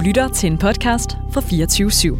lytter til en podcast fra 24/7.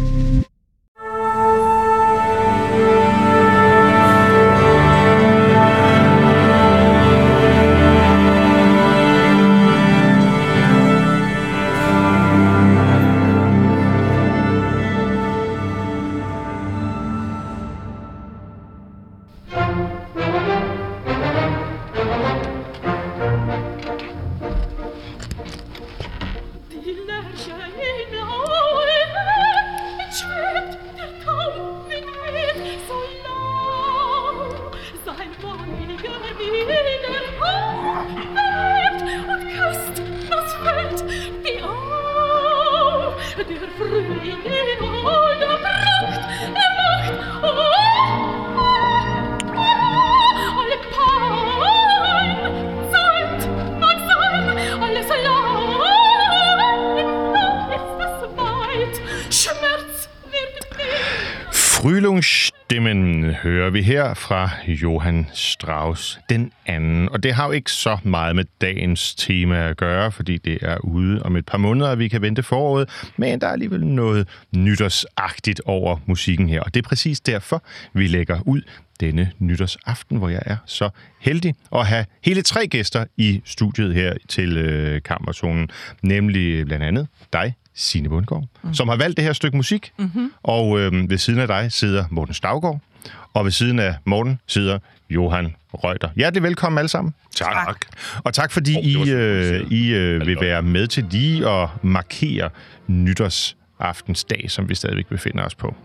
Frühlingsstimmen hører vi her fra Johann Strauss den anden. Og det har jo ikke så meget med dagens tema at gøre, fordi det er ude om et par måneder, og vi kan vente foråret. Men der er alligevel noget nytårsagtigt over musikken her. Og det er præcis derfor, vi lægger ud denne nytårsaften, hvor jeg er så heldig at have hele 3 gæster i studiet her til Kammertonen. Nemlig blandt andet dig, Signe Bundgaard, som har valgt det her stykke musik. Og ved siden af dig sidder Morten Staugaard, og ved siden af Morten sidder Johan Reuter. Hjertelig velkommen alle sammen. Tak. Og tak fordi I vil være med til lige at markere nytårsaftensdag, som vi stadigvæk befinder os på.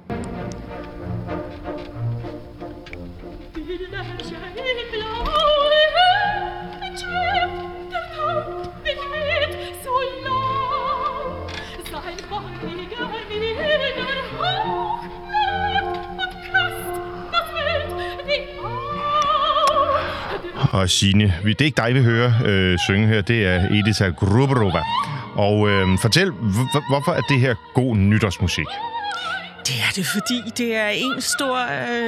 Og Signe, det er ikke dig, vi hører synge her, det er Edita Gruberova. Og fortæl, hvorfor er det her god nytårsmusik? Det er det, fordi det er en stor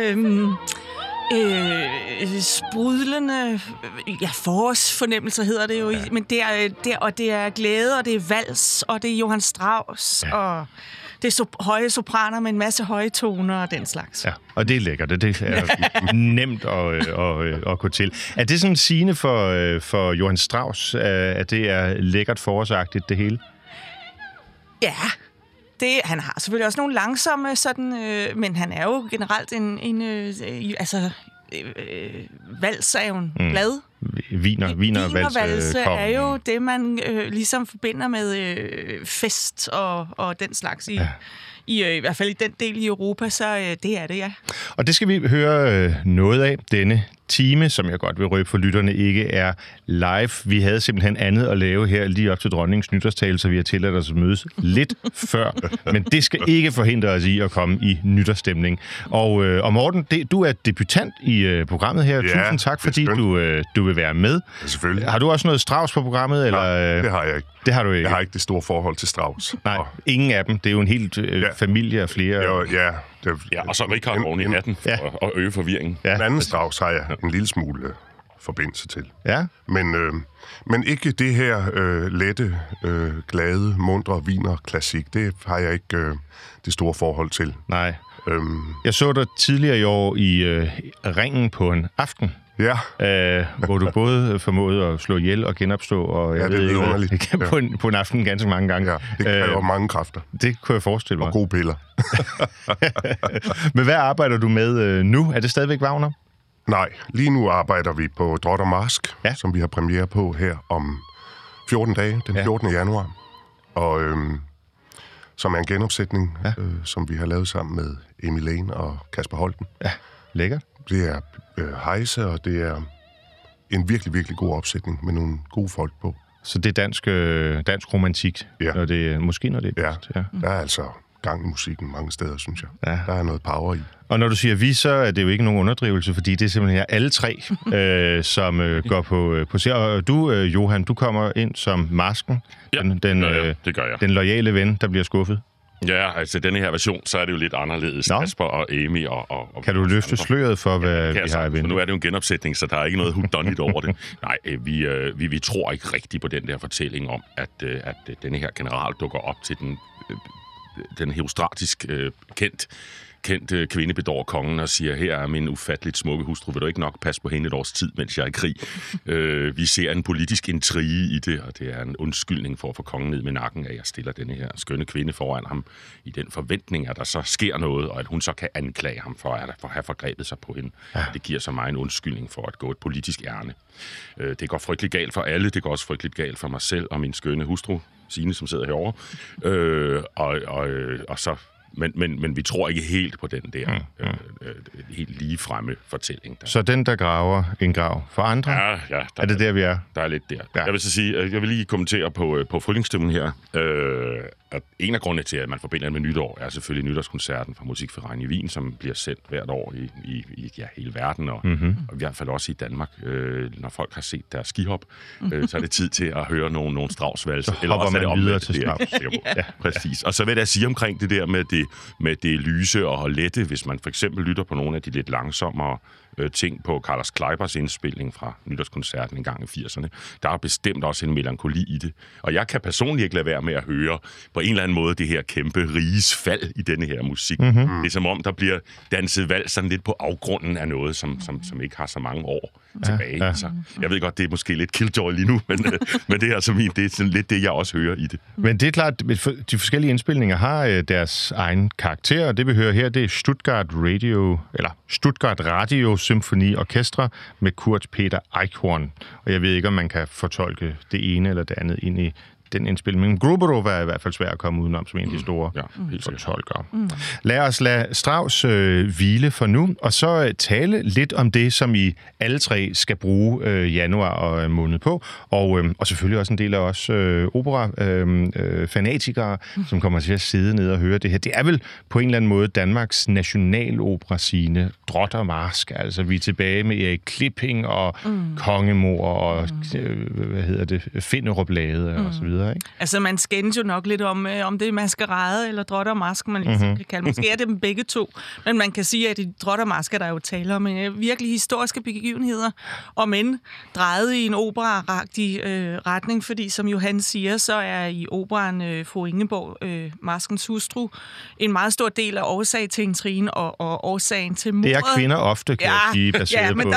sprudlende forårsfornemmelser hedder det jo, ja. Men det er glæde, og det er vals, og det er Johann Strauss, ja. Og det er høje sopraner med en masse høje toner og den slags. Ja, og det er lækkert. Det er nemt at gå til. Er det sådan sigende for Johann Strauss, at det er lækkert forårsagtigt, det hele? Ja, han har selvfølgelig også nogle langsomme, men han er jo generelt vals er jo en glad. Wienervalse er jo det, man ligesom forbinder med fest og den slags i hvert fald i den del i Europa, så det er det, ja. Og det skal vi høre noget af denne time, som jeg godt vil røbe for lytterne, ikke er live. Vi havde simpelthen andet at lave her lige op til dronningens nytårstale, så vi har tilladt os at mødes lidt før. Men det skal ikke forhindre os i at komme i nytårsstemning. Og Morten, du er debutant i programmet her. Ja, tusind tak, fordi du vil være med. Ja, selvfølgelig. Har du også noget Strauss på programmet? Eller? Nej, det har jeg ikke. Det har du ikke? Jeg har ikke det store forhold til Strauss. Nej, ingen af dem. Det er jo en helt familie af flere. Og så Richard oven i natten for at øge forvirringen. Ja. Den anden Strauss har jeg en lille smule forbindelse til. Ja. Men ikke det her lette, glade, mundre wiener-klassik. Det har jeg ikke det store forhold til. Nej. Jeg så dig tidligere i år i Ringen på en aften. Ja. Hvor du både formåede at slå ihjel og genopstå, og jeg ved ikke, på en aften ganske mange gange. Ja, det kræver mange kræfter. Det kunne jeg forestille mig. Og gode piller. Men hvad arbejder du med nu? Er det stadigvæk Wagner? Nej, lige nu arbejder vi på Drot og Marsk, som vi har premiere på her om 14 dage, den 14. januar. Og som er en genopsætning, som vi har lavet sammen med Emil Lane og Kasper Holten. Ja, lækkert. Det er Heise, og det er en virkelig, virkelig god opsætning med nogle gode folk på. Så det er dansk romantik, når det er bedst. Ja, der er altså gang i musikken mange steder, synes jeg. Ja. Der er noget power i. Og når du siger vi, så er det jo ikke nogen underdrivelse, fordi det er simpelthen alle 3, som går på serie. Og du, Johan, du kommer ind som masken. Ja, det gør jeg. Den loyale ven, der bliver skuffet. Ja, altså denne her version, så er det jo lidt anderledes. Kasper og Amy og kan du løfte sløret for, hvad vi har i vente? Nu er det jo en genopsætning, så der er ikke noget whodunit over det. Nej, vi tror ikke rigtigt på den der fortælling om, at denne her general dukker op til den herostratisk kendt kvinde bedår kongen og siger, her er min ufatteligt smukke hustru, vil du ikke nok passe på hende et års tid, mens jeg er i krig? Vi ser en politisk intrige i det, og det er en undskyldning for at få kongen ned med nakken, at jeg stiller denne her skønne kvinde foran ham i den forventning, at der så sker noget, og at hun så kan anklage ham for at have forgrebet sig på hende. Ja. Det giver så mig en undskyldning for at gå et politisk ærne. Det går frygteligt galt for alle, det går også frygteligt galt for mig selv og min skønne hustru, Signe, som sidder herovre. Og så Men vi tror ikke helt på den der helt ligefremme fortælling. Så den, der graver en grav for andre? Ja. Er det der, vi er? Der er lidt der. Ja. Jeg vil så sige, jeg vil lige kommentere på Frühlingsstimmen her. At en af grundene til, at man forbinder med nytår, er selvfølgelig nytårskoncerten fra Musikverein i Wien, som bliver sendt hvert år i hele verden, og i hvert fald også i Danmark. Når folk har set deres skihop, så er det tid til at høre nogle Strauss-valser. Så hopper man videre til Strauss. Ja, præcis. Og så vil jeg sige omkring det der med det lyse og lette, hvis man for eksempel lytter på nogle af de lidt langsommere ting på Carlos Kleibers indspilning fra nytårskoncerten en gang i 80'erne. Der er bestemt også en melankoli i det. Og jeg kan personligt ikke lade være med at høre på en eller anden måde det her kæmpe riges fald i denne her musik. Det er som om, der bliver danset valg sådan lidt på afgrunden af noget, som ikke har så mange år tilbage. Ja. Så jeg ved godt, det er måske lidt killjoy lige nu, men det er altså det er sådan lidt det, jeg også hører i det. Men det er klart, de forskellige indspilninger har deres egen karakter, og det vi hører her, det er Stuttgart Radio Symfoni Orkestra med Kurt Peter Eichhorn. Og jeg ved ikke, om man kan fortolke det ene eller det andet ind i den indspilning. Men Gruberov er i hvert fald svær at komme udenom som en af de store fortolkere. Lad os lade Strauss hvile for nu, og så tale lidt om det, som I alle tre skal bruge januar og måned på, og selvfølgelig også en del af os opera-fanatikere, som kommer til at sidde ned og høre det her. Det er vel på en eller anden måde Danmarks nationalopera Signe, Drot og Marsk. Altså vi er tilbage med Erik Klipping og Kongemor og Finderup Lade og så videre. Ikke? Altså, man skændes jo nok lidt om det er maskerade eller Drot og Marsk, man ligesom kan kalde. Måske er det dem begge to, men man kan sige, at i Drot og Marsk er der jo tale om virkelig historiske begivenheder, og men drejet i en opera-agtig retning, fordi som Johan siger, så er i operaen fru Ingeborg, Marskens hustru, en meget stor del af årsag til intrigen og årsagen til mordet. Det er kvinder ofte, kan jeg sige, baseret på...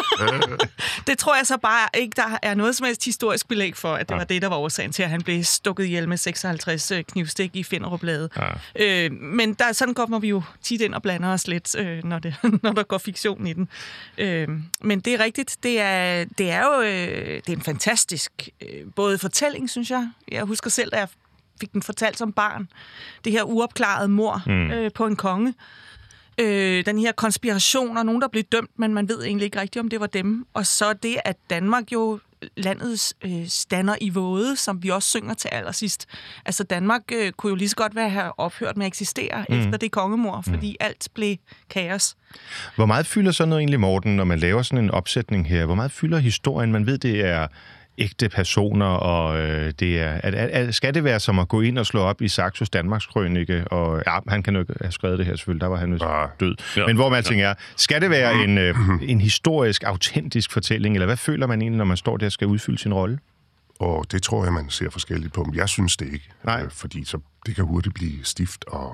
Det tror jeg så bare ikke, der er noget som helst historisk belæg for, at det var det, der var årsagen til, at han blev stukket ihjel med 56 knivstik i Finderup Lade. Men sådan kommer vi jo tit ind og blander os lidt, når der går fiktion i den. Men det er rigtigt. Det er jo det er en fantastisk både fortælling, synes jeg. Jeg husker selv, da jeg fik den fortalt som barn. Det her uopklarede mord på en konge. Den her konspiration og nogen, der blev dømt, men man ved egentlig ikke rigtigt, om det var dem. Og så det, at Danmark jo landets stander i våde, som vi også synger til allersidst. Altså Danmark kunne jo lige så godt have ophørt med at eksistere efter det kongemord, fordi alt blev kaos. Hvor meget fylder så noget egentlig, Morten, når man laver sådan en opsætning her? Hvor meget fylder historien? Man ved, det er ægte personer, og det er... skal det være som at gå ind og slå op i Saxos Danmarks Krønike? Og han kan jo ikke have skrevet det her selvfølgelig, der var han jo død. Ja. Men hvor man tænker, skal det være en historisk, autentisk fortælling, eller hvad føler man egentlig, når man står der og skal udfylde sin rolle? Og det tror jeg, man ser forskelligt på. Men jeg synes det ikke. Fordi så det kan hurtigt blive stift og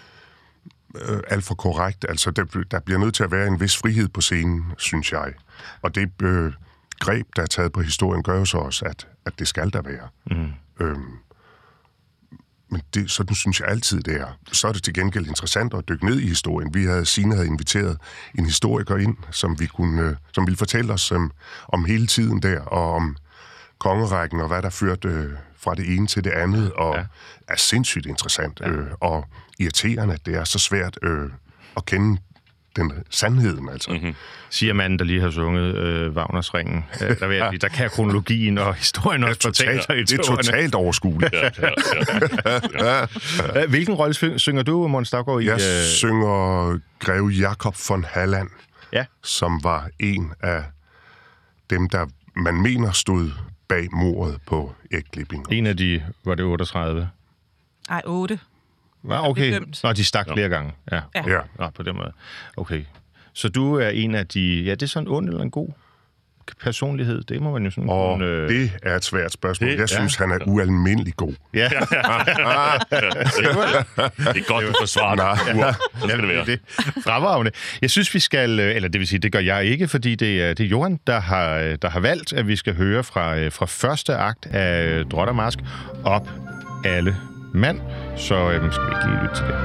alt for korrekt. Altså, der bliver nødt til at være en vis frihed på scenen, synes jeg. Og det... greb, der er taget på historien, gør jo så også, at det skal der være. Men sådan synes jeg altid, det er. Så er det til gengæld interessant at dykke ned i historien. Signe havde inviteret en historiker ind, som ville fortælle os om hele tiden der, og om kongerækken, og hvad der førte fra det ene til det andet, og er sindssygt interessant, og irriterende, at det er så svært at kende den sandheden, altså. Siger manden, der lige har sunget Wagners Ringen. Der kan kronologien og historien også fortælle sig. Det er totalt overskueligt. Hvilken rolle synger du, Morten Staugaard? Jeg synger Greve Jakob von Halland, som var en af dem, der man mener stod bag mordet på Erik Klipping. En af de, var det 38? Nej, 8. Okay. Bedømt. Nå, de stak flere gange. Ja. Ja. Nå, på den måde. Okay. Så du er en af de... Ja, det er sådan en ond eller en god personlighed. Det må man jo sådan Og kunne... det er et svært spørgsmål. Det- Jeg synes, han er ualmindelig god. Ja, Det er godt, du forsvarer det. Så skal det være. det er fremragende. Jeg synes, vi skal... Eller det vil sige, det gør jeg ikke, fordi det er Johan, der har valgt, at vi skal høre fra første akt af Drot og Marsk op alle mand. Så skal vi ikke lige lytte til det.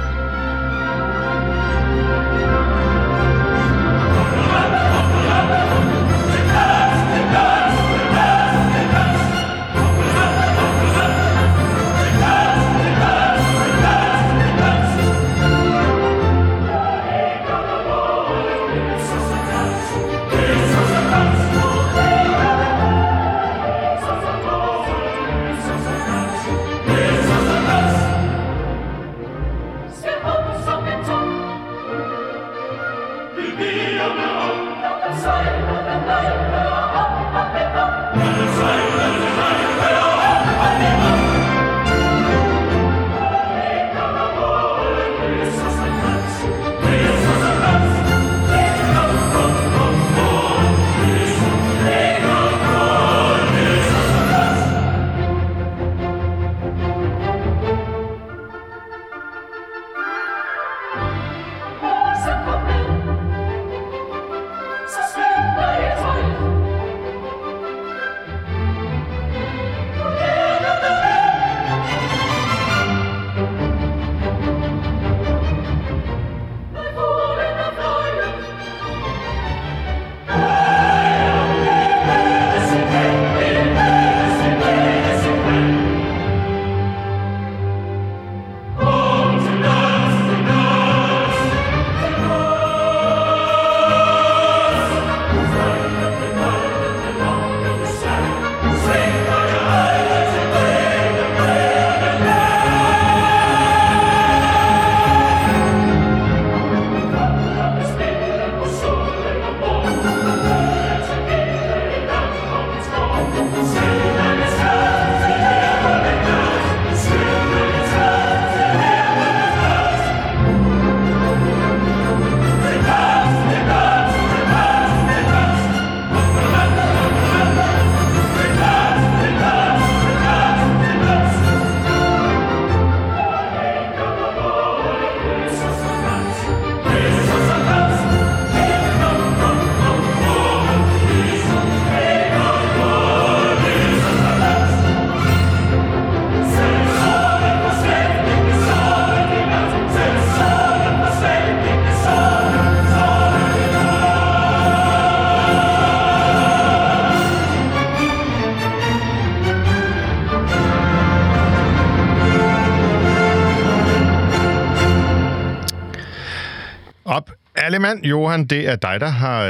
Op alle mand, Johan, det er dig, der har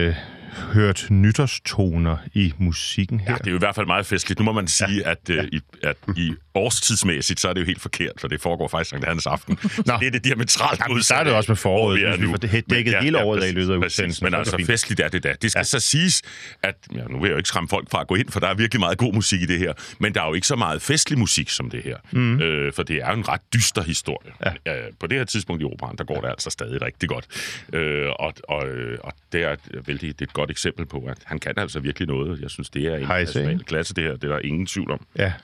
hørt nytårstoner i musikken her. Ja, det er jo i hvert fald meget festligt. Nu må man sige, at i årstidsmæssigt, så er det jo helt forkert, for det foregår faktisk Sankt Hans aften. Så det er det diametralt modsatte. Vi startede også med foråret, vi får det dækket hele året af i løbet af udsendelsen. Men altså, festligt er det da. Det skal så siges, at nu vil jeg jo ikke skræmme folk fra at gå ind, for der er virkelig meget god musik i det her, men der er jo ikke så meget festlig musik som det her. For det er jo en ret dyster historie. Ja. På det her tidspunkt i operaen, der går det altså stadig rigtig godt. Og det er et godt eksempel på, at han kan altså virkelig noget. Jeg synes, det er en national klasse, det her. Det er der ingen tvivl om. Ja.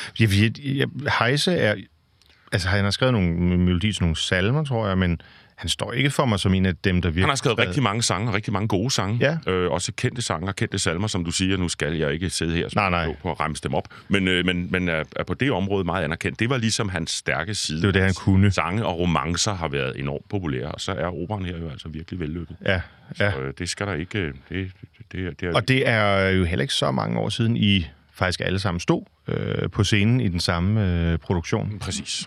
Heise er... Altså, han har skrevet nogle melodier til nogle salmer, tror jeg, men han står ikke for mig som en af dem, der virkelig... Han har skrevet rigtig mange sange, rigtig mange gode sange. Ja. Også kendte sange og kendte salmer, som du siger. Nu skal jeg ikke sidde her og på at remse dem op. Men er på det område meget anerkendt. Det var ligesom hans stærke side. Det var det, han kunne. Sange og romancer har været enormt populære, og så er operaen her jo altså virkelig vellykket. Ja. Så det skal der ikke... Og det er jo heller ikke så mange år siden, I faktisk alle sammen stod på scenen i den samme produktion. Præcis.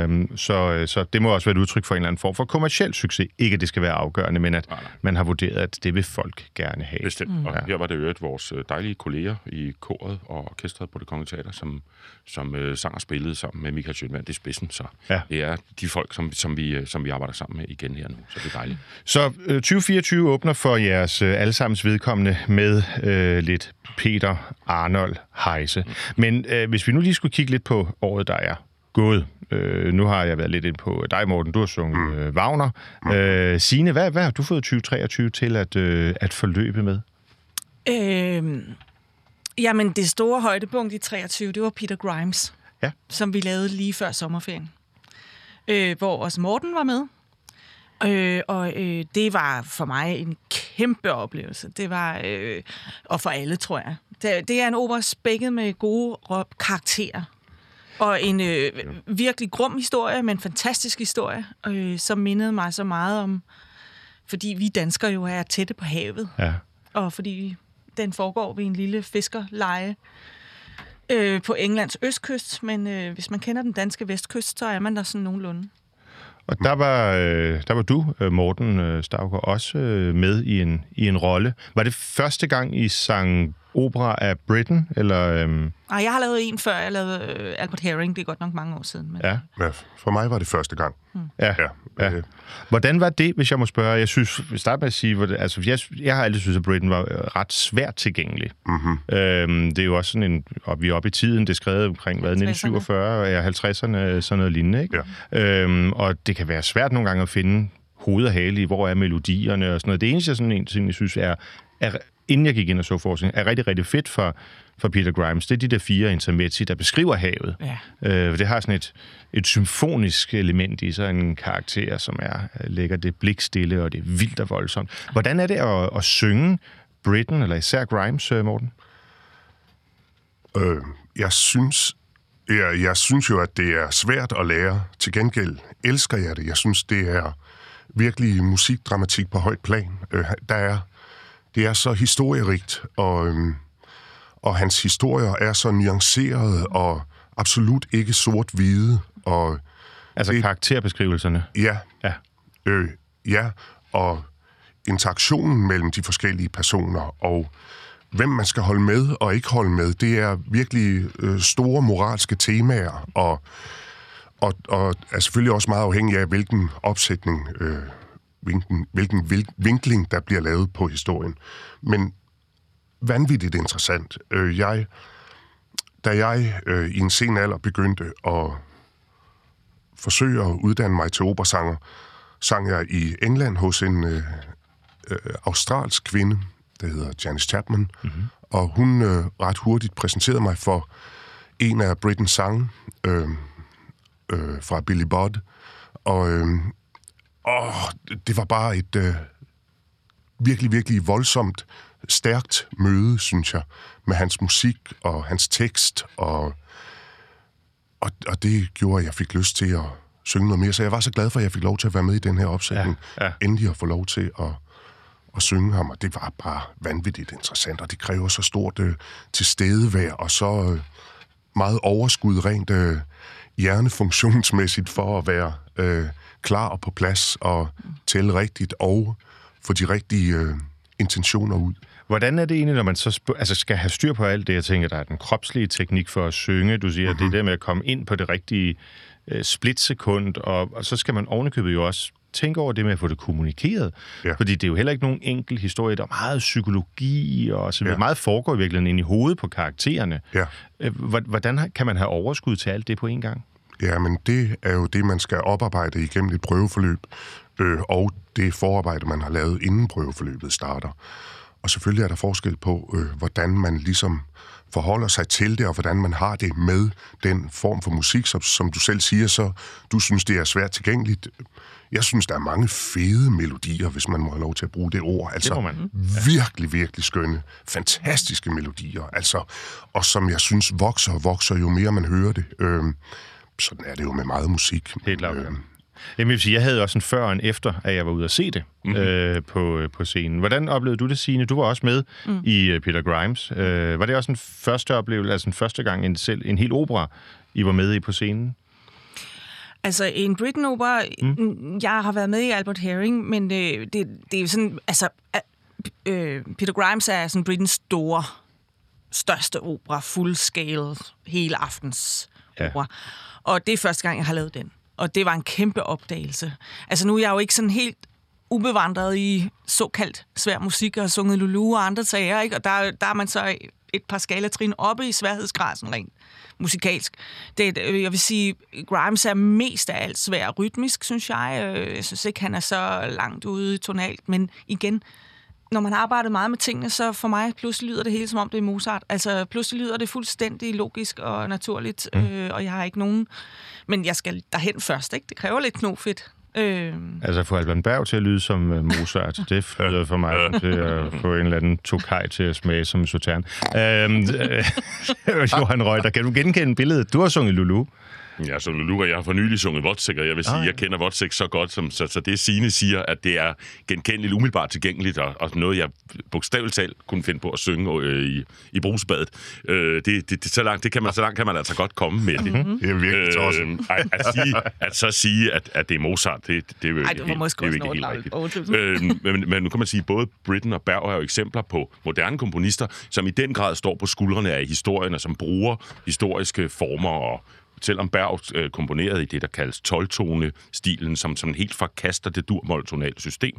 Så det må også være et udtryk for en eller anden form for kommerciel succes. Ikke at det skal være afgørende, men at man har vurderet, at det vil folk gerne have. Bestemt. Og her var det jo vores dejlige kolleger i koret og orkestret på Det Kongelige Teater, som sang og spillede sammen med Michael Schønwandt i spidsen. Så det er de folk, som vi arbejder sammen med igen her nu. Så det er dejligt. Så 2024 åbner for jeres allesammens vedkommende med lidt Peter Arnold Heise. Men hvis vi nu lige skulle kigge lidt på året, der er gået. Nu har jeg været lidt ind på dig, Morten. Du har sunget Wagner. Signe, hvad har du fået 2023 til at forløbe med? Jamen, det store højdepunkt i 23, det var Peter Grimes, som vi lavede lige før sommerferien. Hvor også Morten var med. Det var for mig en kæmpe oplevelse. Det var, og for alle, tror jeg. Det er en opera spækket med gode karakterer. Og en virkelig grum historie, men fantastisk historie, som mindede mig så meget om, fordi vi danskere jo er tætte på havet. Ja. Og fordi den foregår ved en lille fiskerleje på Englands østkyst, men hvis man kender den danske vestkyst, så er man der sådan nogenlunde. Og der var du, Morten Staugaard, også med i en rolle. Var det første gang, I sang opera af Britten, eller? Nej, jeg har lavet en før. Jeg lavede Albert Herring. Det er godt nok mange år siden. Men... Ja, for mig var det første gang. Ja. Hvordan var det, hvis jeg må spørge? Jeg synes, vi starter med at sige, jeg har altid synes, at Britten var ret svært tilgængelig. Mm-hmm. Det er jo også sådan vi er oppe i tiden, det er skrevet omkring, 1947 og 50'erne, sådan noget lignende, ikke? Ja. Og det kan være svært nogle gange at finde hoved og hale i, hvor er melodierne og sådan noget. Det eneste, jeg synes er inden jeg gik ind og så forskning, er rigtig, rigtig fedt for Peter Grimes. Det er de der 4 intermezzi, der beskriver havet. Ja. Det har sådan et symfonisk element i sig, en karakter, som lægger det blikstille, og det er vildt og voldsomt. Hvordan er det at synge Britten, eller især Grimes, Morten? Jeg synes jo, at det er svært at lære. Til gengæld elsker jeg det. Jeg synes, det er virkelig musikdramatik på højt plan. Det er så historierigt, og hans historier er så nuancerede og absolut ikke sort-hvide. Altså karakterbeskrivelserne? Ja, og interaktionen mellem de forskellige personer, og hvem man skal holde med og ikke holde med, det er virkelig store moralske temaer, og er selvfølgelig også meget afhængig af, hvilken opsætning hvilken vinkling, der bliver lavet på historien. Men vanvittigt interessant. Da jeg i en sen alder begyndte at forsøge at uddanne mig til operasanger, sang jeg i England hos en australsk kvinde, der hedder Janice Chapman, og hun ret hurtigt præsenterede mig for en af Brittens sange fra Billy Budd, og det var bare et virkelig, virkelig voldsomt, stærkt møde, synes jeg, med hans musik og hans tekst, og det gjorde, at jeg fik lyst til at synge noget mere. Så jeg var så glad for, at jeg fik lov til at være med i den her opsætning. Ja. Endelig at få lov til at synge ham, og det var bare vanvittigt interessant, og det kræver så stort tilstedevær, og så meget overskud rent hjernefunktionsmæssigt for at være klar og på plads og tælle rigtigt og få de rigtige intentioner ud. Hvordan er det egentlig, når man så skal have styr på alt det? Jeg tænker, der er den kropslige teknik for at synge. Du siger, at det er der med at komme ind på det rigtige splitsekund, og så skal man ovenikøbet jo også tænke over det med at få det kommunikeret. Ja. Fordi det er jo heller ikke nogen enkel historie. Der er meget psykologi, og så meget foregår i virkeligheden ind i hovedet på karaktererne. Ja. Hvordan kan man have overskud til alt det på en gang? Ja, men det er jo det, man skal oparbejde igennem et prøveforløb, og det forarbejde, man har lavet inden prøveforløbet starter. Og selvfølgelig er der forskel på, hvordan man ligesom forholder sig til det, og hvordan man har det med den form for musik, som du selv siger, så du synes, det er svært tilgængeligt. Jeg synes, der er mange fede melodier, hvis man må have lov til at bruge det ord. Altså, det virkelig, virkelig skønne, fantastiske melodier. Altså, og som jeg synes vokser, jo mere man hører det. Sådan er det jo med meget musik. Helt klart. Jeg vil sige, jeg havde også en før og en efter, at jeg var ude at se det på scenen. Hvordan oplevede du det, Signe? Du var også med i Peter Grimes. Var det også en første oplevelse, altså en første gang en hel opera, I var med i på scenen? Altså, en Britten-opera, jeg har været med i Albert Herring, men det er jo sådan, altså, Peter Grimes er sådan Brittens største opera, full scale, hele aftens opera. Og det er første gang, jeg har lavet den. Og det var en kæmpe opdagelse. Altså, nu er jeg jo ikke sådan helt ubevandret i såkaldt svær musik, og har sunget Lulu og andre sager, ikke? Og der er man så et par skalatrin oppe i sværhedsgraden rent musikalsk. Jeg vil sige, Grimes er mest af alt svær rytmisk, synes jeg. Jeg synes ikke, han er så langt ude tonalt, men igen, når man har arbejdet meget med tingene, så for mig pludselig lyder det hele, som om det er Mozart. Altså, pludselig lyder det fuldstændig logisk og naturligt, og jeg har ikke nogen... Men jeg skal derhen først, ikke? Det kræver lidt knofedt. Altså, få Alban Berg til at lyde som Mozart, det flyder for mig til at få en eller anden Tokaj til at smage som Sautern. Johan Reuter, kan du genkende billedet? Du har sunget Lulu. Ja, så Lulu, og jeg har for nylig sunget Wozzeck, og jeg vil sige, jeg kender Wozzeck så godt, så det Signe siger, at det er genkendeligt, umiddelbart tilgængeligt, og noget, jeg bogstaveligt talt kunne finde på at synge i brusebadet. Så langt kan man altså godt komme med det. Det er virkelig tosset. At sige, at det er Mozart, det er jo ikke helt rigtigt. Men nu kan man sige, både Britten og Berg er jo eksempler på moderne komponister, som i den grad står på skuldrene af historien, og som bruger historiske former og selvom Berg komponerede i det, der kaldes 12-tone-stilen, som helt forkaster det dur-mol-tonale system,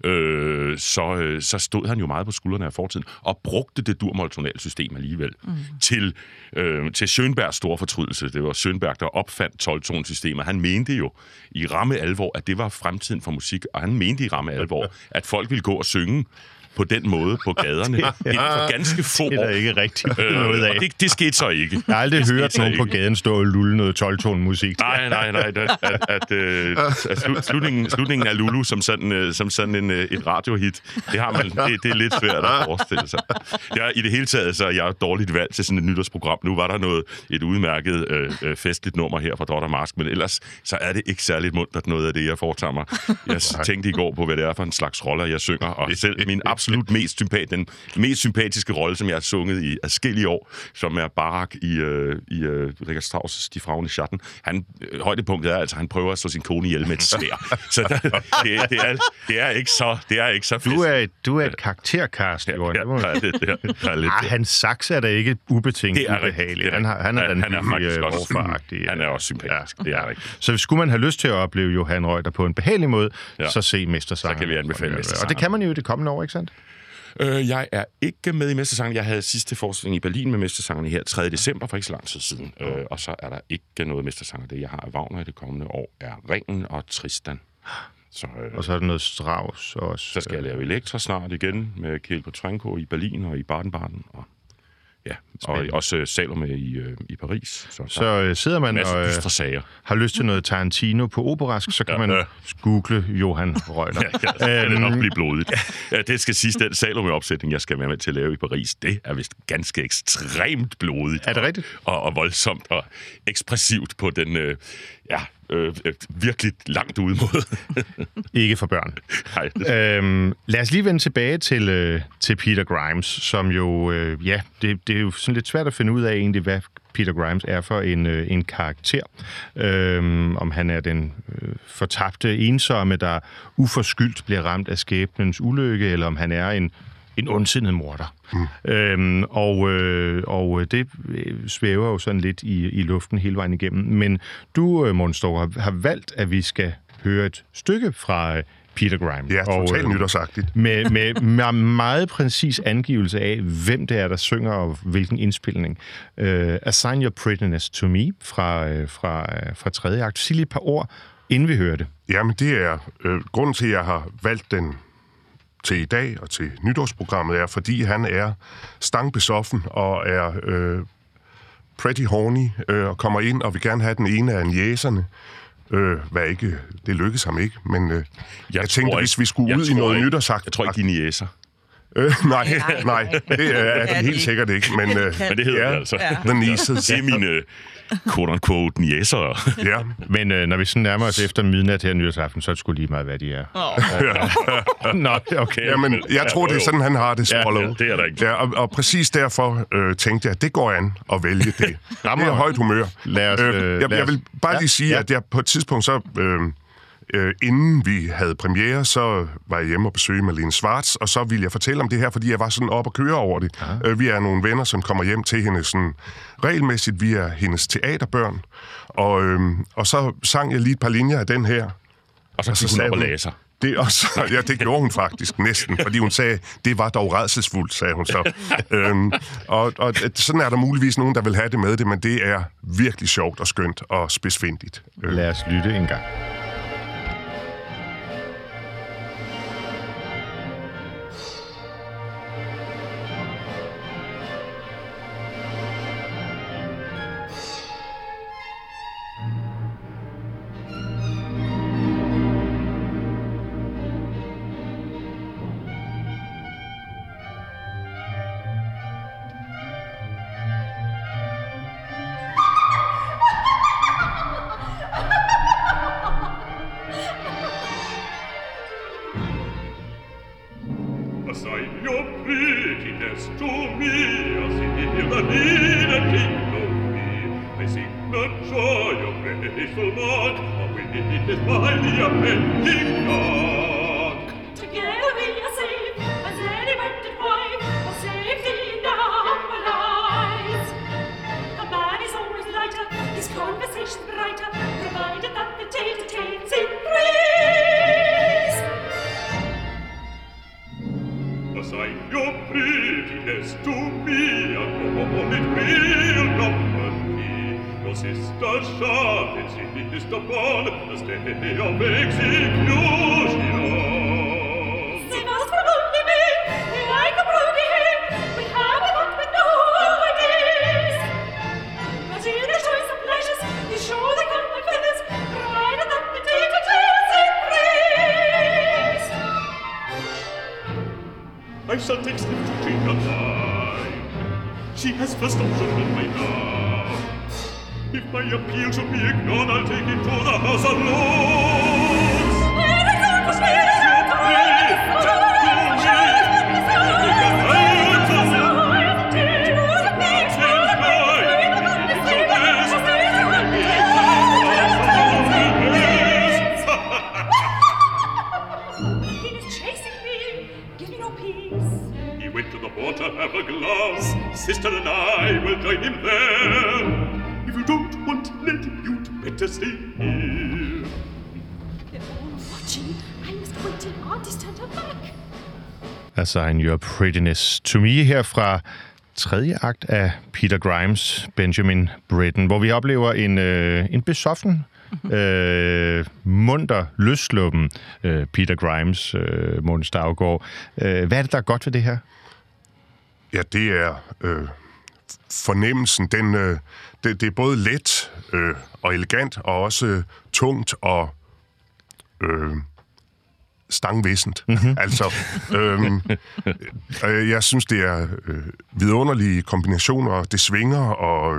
så stod han jo meget på skuldrene af fortiden, og brugte det dur-mol-tonale system alligevel til Schönbergs store fortrydelse. Det var Schönberg, der opfandt 12-tonesystemet. Han mente jo i ramme alvor, at det var fremtiden for musik, og han mente i ramme alvor, at folk ville gå og synge på den måde på gaderne. Det er for ganske få år. Det er der ikke rigtig noget af. Det skete så ikke. Jeg har aldrig hørt nogen på gaden stå og lulle noget 12-tone musik. Nej. Slutningen af Lulu som sådan et radiohit, det har man. Det er lidt svært at forestille sig. I det hele taget, så er jeg dårligt valgt til sådan et nytårsprogram. Nu var der et udmærket festligt nummer her fra Drot & Marsk, men ellers så er det ikke særligt muntert noget af det, jeg foretager mig. Jeg tænkte i går på, hvad det er for en slags roller, jeg synger, og selv min absolut den mest sympatiske rolle, som jeg har sunget i adskillige år, som er Barak i Richard Strauss' Die Frauen i Schatten. Højdepunktet er, altså, han prøver at slå sin kone ihjel med et sværd. Så det er ikke så fedt. Du er et karakterkast, Johan. Hans saks er da ikke ubetinget ubehagelig. Han er faktisk overfaragtig. Han er også sympatisk. Det er rigtigt. Så skulle man have lyst til at opleve Johan Reuter på en behagelig måde, så se Mestersanger. Så kan vi anbefale Mestersanger. Og det kan man jo i det kommende år, ikke sandt? Jeg er ikke med i Mestersangen. Jeg havde sidste forestilling i Berlin med Mestersangerne her 3. december for ikke så lang tid siden. Og så er der ikke noget Mestersanger. Det, jeg har af Wagner i det kommende år, er Ringen og Tristan. Og så er der noget Strauss også. Så skal jeg lave Elektra snart igen med Kjeld Petrenko i Berlin og i Baden-Baden. Og også Salome i Paris. Så sidder man og har lyst til noget Tarantino på operask, så kan man google Johan Reuter. Skal det nok blive blodigt. Det skal siges, den Salome-opsætning, jeg skal være med til at lave i Paris, det er vist ganske ekstremt blodigt. Er det rigtigt? Og voldsomt og ekspressivt på den... virkelig langt ude mod. Ikke for børn. Nej. Lad os lige vende tilbage til Peter Grimes, som jo, det er jo sådan lidt svært at finde ud af egentlig, hvad Peter Grimes er for en karakter. Om han er den fortabte ensomme, der uforskyldt bliver ramt af skæbnens ulykke, eller om han er en ondsindet morder. Og det svæver jo sådan lidt i luften hele vejen igennem. Men du, Månstorff, har valgt, at vi skal høre et stykke fra Peter Grimes. Ja, totalt nytårsagtigt. Med meget præcis angivelse af, hvem det er, der synger, og hvilken indspilning. Assign Your Prettiness to Me fra 3. akt. Sig lige et par ord, inden vi hører det. Jamen, det er grunden til, at jeg har valgt den til i dag og til nytårsprogrammet, er, fordi han er stangbesoffen og er pretty horny og kommer ind og vil gerne have den ene af niæserne. Det lykkedes ham ikke, men jeg tænkte, hvis vi skulle ud i noget nytårsagt... Jeg tror ikke, de niæser. Nej, det er de helt sikkert ikke, men det hedder det altså. The nieces. Det er mine quote-unquote niecer. Ja. Men når vi sådan nærmer os efter midnat her nytårsaften, så er det sgu lige meget, hvad de er. Nå, okay. Jamen, jeg tror, det er sådan, han har det, Swallow. Ja, det er der ikke. Ja, og præcis derfor tænkte jeg, at det går an at vælge det. Det er højt humør. Jeg vil bare lige sige, at jeg på et tidspunkt så... inden vi havde premiere, så var jeg hjemme og besøge Malene Schwartz, og så ville jeg fortælle om det her, fordi jeg var sådan op og køre over det. Vi er nogle venner, som kommer hjem til hende sådan regelmæssigt. Vi er hendes teaterbørn, og så sang jeg lige et par linjer af den her. Og så gik hun op og lagde sig. Det også, ja, det gjorde hun faktisk næsten, fordi hun sagde, det var dog rædselsfuldt, sagde hun så. Og sådan er der muligvis nogen, der vil have det med det, men det er virkelig sjovt og skønt og spidsfindigt. Lad os lytte en gang. I shall take Sniff to drink a wine. She has first option in my love. If my appeal should be ignored, I'll take it to the House of Lords. Have a glass, sister and I will join him there. If you don't want Ned, you'd better stay here. They're all watching. I must wait till Auntie stand her back. A Sign Your Prettiness to Me her fra tredje akt af Peter Grimes' Benjamin Britten, hvor vi oplever en besoffen, munter, løssluppen Peter Grimes, Mogens Daugaard. Hvad er det, der er godt ved det her? Ja, det er fornemmelsen. Det er både let og elegant, og også tungt og stangvissent. Altså, jeg synes, det er vidunderlige kombinationer. Det svinger,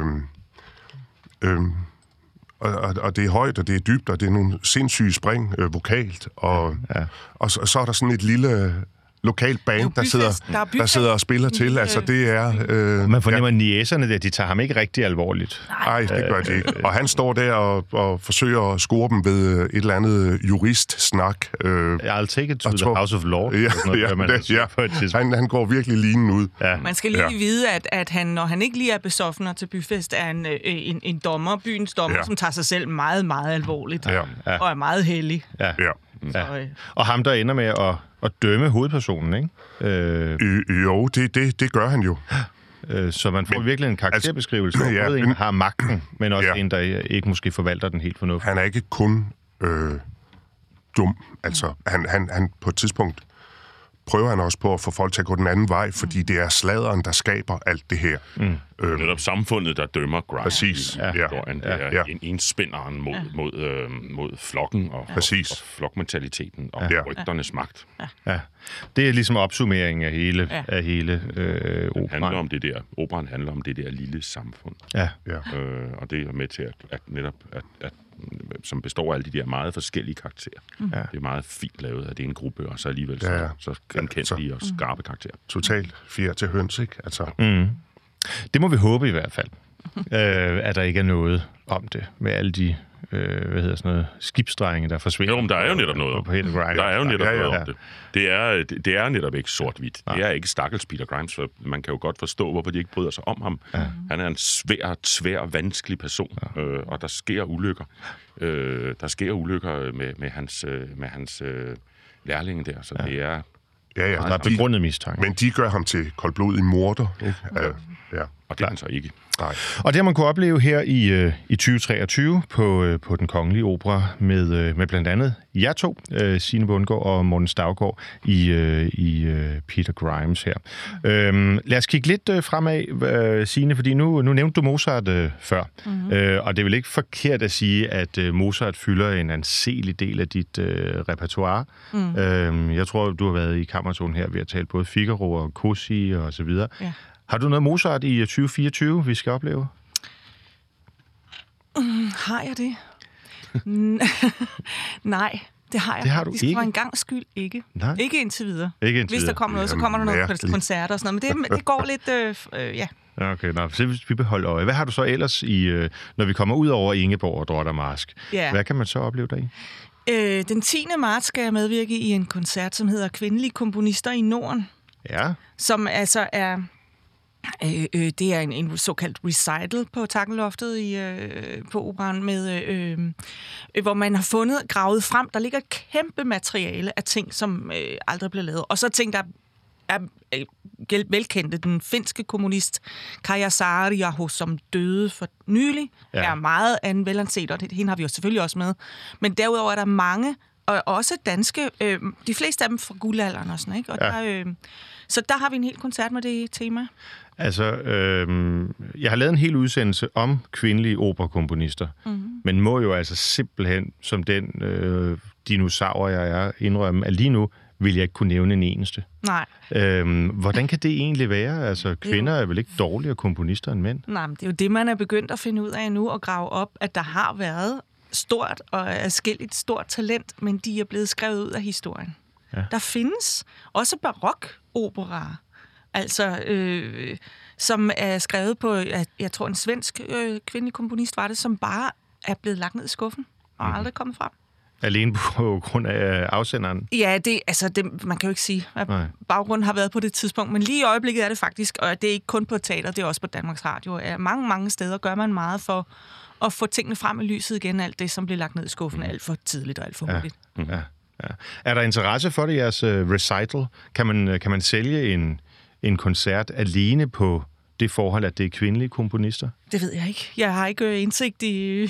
og det er højt, og det er dybt, og det er nogle sindssyge spring vokalt. Og så er der sådan et lille lokalt band, der sidder og spiller til. Altså, det er... Man fornemmer niæserne der, de tager ham ikke rigtig alvorligt. Nej, det gør de ikke. Og han står der og forsøger at score dem ved et eller andet juristsnak. I'll take it to the House of Lords. Han går virkelig linen ud. Ja. Man skal lige vide, at han, når han ikke lige er besoffner til byfest, er en dommer, byens dommer, som tager sig selv meget, meget alvorligt. Og er meget hellig. Ja. Og ham, der ender med at dømme hovedpersonen, ikke? Jo, det gør han jo. Så man får virkelig en karakterbeskrivelse, hvor både en har magten, men også en, der ikke måske forvalter den helt fornuftigt. Han er ikke kun dum. Altså, han på et tidspunkt prøver han også på at få folk til at gå den anden vej, fordi det er sladeren, der skaber alt det her. Netop samfundet, der dømmer Grimes. Præcis. Det er enspænderen mod flokken og flokmentaliteten og rygternes magt. Ja. Det er ligesom opsummeringen af hele operaen. Operaen handler om det der lille samfund. Og det er med til at netop som består af alle de der meget forskellige karakterer. Det er meget fint lavet, at det er en gruppe, og så alligevel så genkendelige og skarpe karakterer. Totalt fjer til høns, ikke? Altså. Det må vi håbe i hvert fald, at der ikke er noget om det, med alle de skibsdrenge, der forsvinder. Jo, men der er jo netop noget om det. Der er jo netop noget om det. Det er netop ikke sort-hvidt. Det er ikke stakkels Peter Grimes, for man kan jo godt forstå, hvorfor de ikke bryder sig om ham. Han er en svær, vanskelig person, og der sker ulykker. Der sker ulykker med hans lærlinge der, så det er... Ja, Der er begrundet mistanke. men de gør ham til koldblodig morder, ikke? Ja. Og det er han så ikke. Nej. Og det har man kunne opleve her i 2023 på Den Kongelige Opera med blandt andet jer to, Signe Bundgaard og Morten Staugaard i Peter Grimes her. Lad os kigge lidt fremad, Signe, fordi nu nævnte du Mozart før, og det er vel ikke forkert at sige, at Mozart fylder en anselig del af dit repertoire. Jeg tror, du har været i kammertonen her ved at tale både Figaro og Così og så videre. Ja. Har du noget Mozart i 2024, vi skal opleve? Har jeg det? Nej, det har jeg. Det har du ikke? For en gang skyld ikke. Nej. Ikke indtil videre. Ikke indtil Hvis der kommer noget, så kommer der nogle koncerter og sådan noget. Men det går lidt, ja. Okay, så vi beholder øje. Hvad har du så ellers når vi kommer ud over Ingeborg og Drot og Marsk? Ja. Hvad kan man så opleve deri? Den 10. marts skal jeg medvirke i en koncert, som hedder Kvindelige Komponister i Norden. Ja. Som altså er... det er en såkaldt recital på Takkenloftet på operaen, hvor man har gravet frem. Der ligger et kæmpe materiale af ting, som aldrig blev lavet. Og så ting, der er velkendte. Den finske kommunist Kaija Saariaho, som døde for nylig, er meget velanset, og hende har vi jo selvfølgelig også med. Men derudover er der mange, og også danske, de fleste af dem fra guldalderen og sådan, ikke? Og så der har vi en hel koncert med det tema. Altså, jeg har lavet en hel udsendelse om kvindelige operakomponister, men må jo altså simpelthen, som den dinosaur, jeg er, indrømme, at lige nu vil jeg ikke kunne nævne en eneste. Nej. Hvordan kan det egentlig være? Altså, kvinder er vel ikke dårligere komponister end mænd? Nej, men det er jo det, man er begyndt at finde ud af nu, og grave op, at der har været stort og adskilligt stort talent, men de er blevet skrevet ud af historien. Ja. Der findes også barok-operaer, altså, som er skrevet på, jeg tror en svensk kvindelig komponist var det, som bare er blevet lagt ned i skuffen og aldrig kommet frem. Alene på grund af afsenderen? Ja, man kan jo ikke sige, at baggrunden har været på det tidspunkt, men lige i øjeblikket er det faktisk, og det er ikke kun på teater, det er også på Danmarks Radio. Mange steder gør man meget for at få tingene frem i lyset igen, alt det, som bliver lagt ned i skuffen alt for tidligt og alt for hurtigt. Ja. Er der interesse for det, jeres recital? Kan man sælge en koncert alene på det forhold, at det er kvindelige komponister? Det ved jeg ikke. Jeg har ikke indsigt i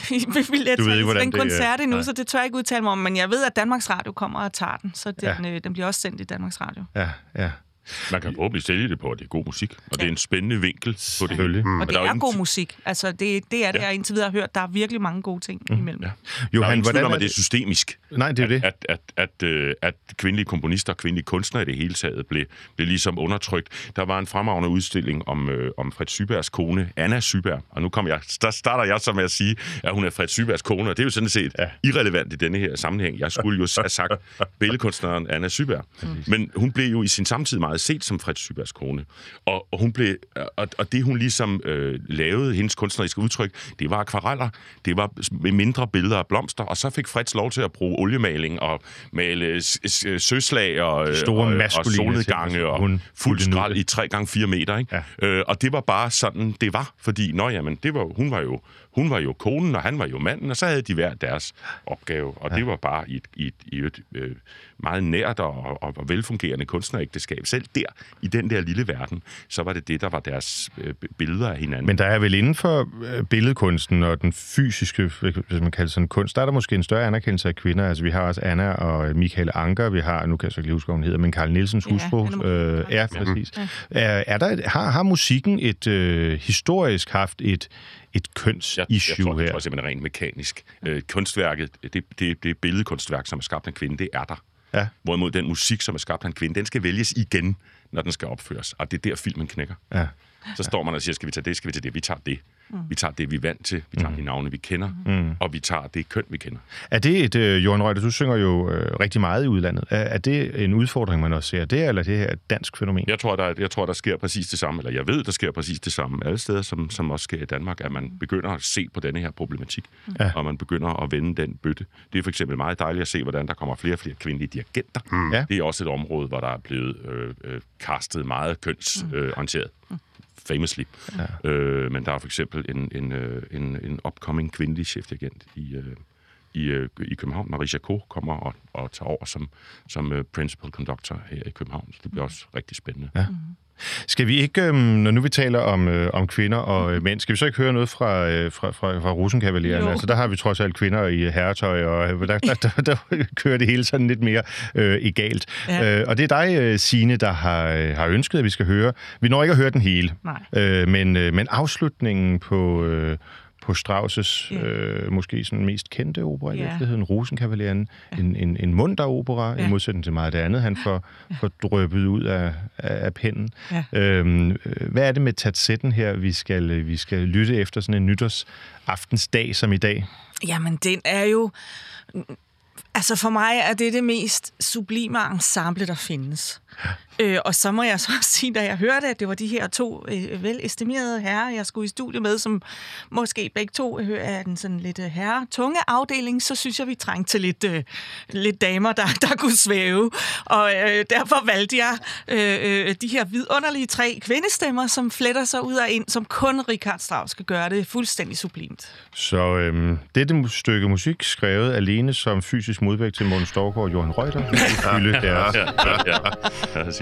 den koncert endnu, så det tør jeg ikke udtale mig om. Men jeg ved, at Danmarks Radio kommer og tager den, så den bliver også sendt i Danmarks Radio. Ja. Man kan forhåbentlig sælge det på, at det er god musik, og det er en spændende vinkel på det. Og det er god musik. Altså, det er det, jeg indtil videre har hørt. Der er virkelig mange gode ting imellem. Ja. Johan, hvordan er det er systemisk? Nej, det er det. At kvindelige komponister og kvindelige kunstnere i det hele taget blev ligesom undertrykt. Der var en fremragende udstilling om Fred Sybergs kone, Anna Syberg. Og nu starter jeg så med at sige, at hun er Fred Sybergs kone, og det er jo sådan set irrelevant i denne her sammenhæng. Jeg skulle jo have sagt billedkunstneren Anna Syberg. Men hun blev jo i sin samtid meget set som Fred Sybergs kone. Og hun blev, og det hun ligesom lavede, hendes kunstneriske udtryk, det var akvareller, det var med mindre billeder af blomster, og så fik Freds lov til at bruge oliemaling og male søslag og solnedgange og fuld skrald i 3x4 meter. Ikke? Ja. Og det var bare sådan, det var, fordi hun var jo konen, og han var jo manden, og så havde de hver deres opgave, og det var bare i et meget nært og velfungerende kunstnerægteskab. Selv der, i den der lille verden, så var det, der var deres billeder af hinanden. Men der er vel inden for billedkunsten og den fysiske, hvis man kalder sådan kunst, der er der måske en større anerkendelse af kvinder. Altså, vi har også Anna og Michael Anker, vi har, nu kan jeg så ikke huske, hvad hun hedder, men Carl Nielsens hustru. Præcis. Har musikken historisk haft et kønsissue her? Jeg tror simpelthen rent mekanisk. Kunstværket, det er billedkunstværk, som er skabt af en kvinde, det er der. Ja. Hvorimod den musik, som er skabt af en kvinde, den skal vælges igen, når den skal opføres. Og det er der, filmen knækker. Ja. Så står man og siger, skal vi tage det? Vi tager det. Vi tager det, vi er vant til. Vi tager de navne, vi kender. Og vi tager det køn, vi kender. Er det Johan Reuter, du synger jo rigtig meget i udlandet. Er det en udfordring, man også ser det, eller det her et dansk fænomen? Jeg tror, der sker præcis det samme, eller jeg ved, der sker præcis det samme alle steder, som også sker i Danmark, at man begynder at se på denne her problematik, og man begynder at vende den bøtte. Det er for eksempel meget dejligt at se, hvordan der kommer flere og flere kvindelige dirigenter. Det er også et område, hvor der er blevet castet meget kønsorienteret. Famously. Ja. Men der er for eksempel en upcoming kvindelig chefdirigent i København. Marie Jacot kommer og tager over som principal conductor her i København. Så det bliver også rigtig spændende. Ja. Skal vi ikke, når nu vi taler om kvinder og mænd, skal vi så ikke høre noget fra Rosenkavaliererne? Altså, der har vi trods alt kvinder i herretøj, og der kører det hele sådan lidt mere egalt. Ja. Og det er dig, Signe, der har ønsket, at vi skal høre. Vi når ikke at høre den hele, men afslutningen på Strauss' måske sådan mest kendte opera i virkeligheden, Rosenkavaliererne, en munter opera, i modsætning til meget af det andet, han får drøbet ud af pennen. Ja. Hvad er det med tatsetten her, vi skal lytte efter sådan en nytårsaftensdag som i dag? Jamen, den er jo... Altså for mig er det mest sublime ensemble, der findes. Og så må jeg så sige, da jeg hørte, at det var de her to velestimerede herrer, jeg skulle i studie med, som måske begge to er den sådan lidt herre-tunge afdeling, så synes jeg, vi trængte til lidt damer, der kunne svæve. Og derfor valgte jeg de her vidunderlige 3 kvindestemmer, som fletter sig ud og ind, som kun Richard Strauss skal gøre det fuldstændig sublimt. Så dette stykke musik, skrevet alene som fysisk modvægt til Morten Storgård og Johan Reuter, vil fylde deres... Ja, præcis.